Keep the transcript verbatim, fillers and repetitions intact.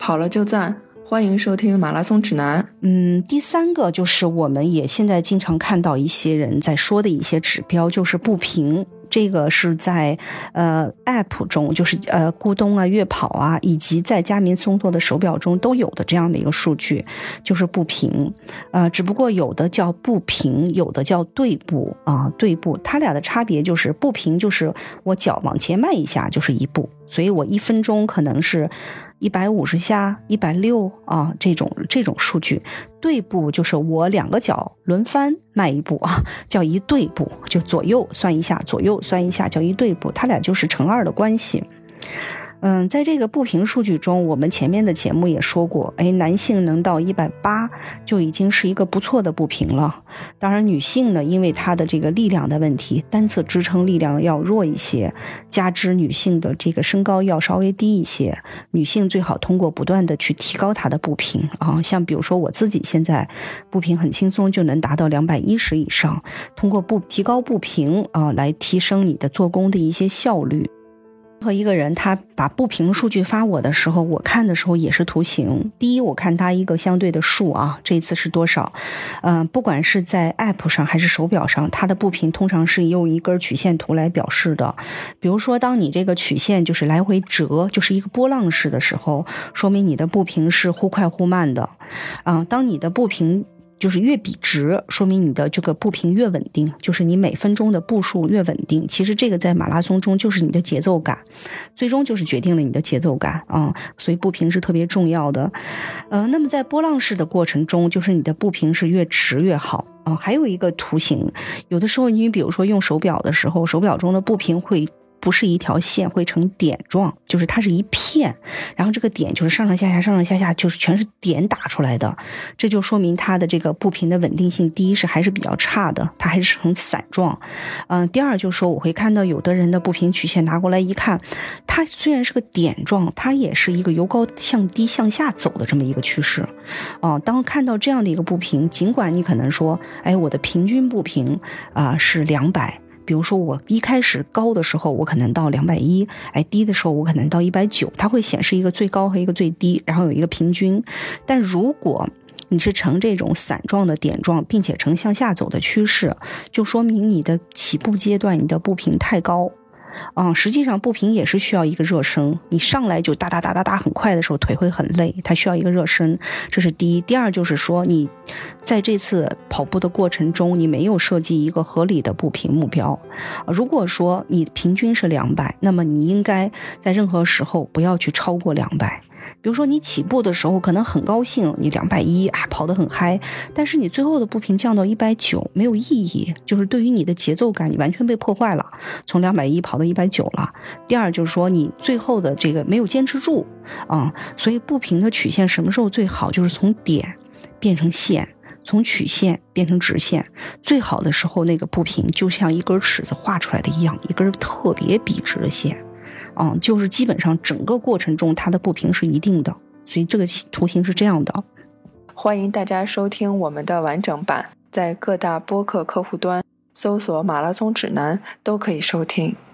跑了就赞，欢迎收听马拉松指南。 嗯，第三个就是我们也现在经常看到一些人在说的一些指标，就是步频。这个是在呃 App 中，就是呃咕咚啊、悦跑啊，以及在佳明松拓的手表中都有的这样的一个数据，就是步频。呃，只不过有的叫步频，有的叫对步啊，对步。它俩的差别就是步频就是我脚往前迈一下就是一步，所以我一分钟可能是一百五十下、一百六啊这种这种数据。对步就是我两个脚轮番迈一步啊，叫一对步，就左右算一下，左右算一下叫一对步，它俩就是乘二的关系。嗯，在这个步频数据中，我们前面的节目也说过，哎，男性能到一百八就已经是一个不错的步频了。当然，女性呢，因为她的这个力量的问题，单侧支撑力量要弱一些，加之女性的这个身高要稍微低一些，女性最好通过不断的去提高她的步频啊，像比如说我自己现在步频很轻松就能达到两百一十以上，通过步提高步频啊，来提升你的做工的一些效率。和一个人他把步频数据发我的时候，我看的时候也是图形。第一，我看他一个相对的数啊，这一次是多少？嗯、呃，不管是在 App 上还是手表上，它的步频通常是用一根曲线图来表示的。比如说，当你这个曲线就是来回折，就是一个波浪式的时候，说明你的步频是忽快忽慢的。啊、呃，当你的步频就是越笔直，说明你的这个步频越稳定，就是你每分钟的步数越稳定。其实这个在马拉松中就是你的节奏感，最终就是决定了你的节奏感啊、嗯，所以步频是特别重要的。呃，那么在波浪式的过程中，就是你的步频是越直越好啊、嗯。还有一个图形，有的时候你比如说用手表的时候，手表中的步频会不是一条线，会成点状，就是它是一片，然后这个点就是上上下下上上下下就是全是点打出来的，这就说明它的这个步频的稳定性，第一是还是比较差的，它还是呈散状。嗯、呃，第二就是说我会看到有的人的步频曲线拿过来一看，它虽然是个点状，它也是一个由高向低向下走的这么一个趋势。哦、呃，当看到这样的一个步频，尽管你可能说，哎，我的平均步频啊、呃、是两百。比如说我一开始高的时候我可能到两百一，哎，低的时候我可能到一百九，它会显示一个最高和一个最低，然后有一个平均。但如果你是呈这种散状的点状，并且呈向下走的趋势，就说明你的起步阶段你的步频太高。嗯，实际上步频也是需要一个热身，你上来就哒哒哒哒哒很快的时候腿会很累，它需要一个热身，这是第一。第二就是说你在这次跑步的过程中，你没有设计一个合理的步频目标。如果说你平均是两百，那么你应该在任何时候不要去超过两百。比如说你起步的时候可能很高兴，你两百一啊跑得很嗨，但是你最后的步频降到一百九没有意义，就是对于你的节奏感你完全被破坏了，从两百一跑到一百九了。第二就是说你最后的这个没有坚持住啊、嗯，所以步频的曲线什么时候最好，就是从点变成线，从曲线变成直线，最好的时候那个步频就像一根尺子画出来的一样，一根特别笔直的线。嗯，就是基本上整个过程中它的步频是一定的，所以这个图形是这样的。 欢迎大家收听我们的完整版，在各大播客客户端搜索马拉松指南都可以收听。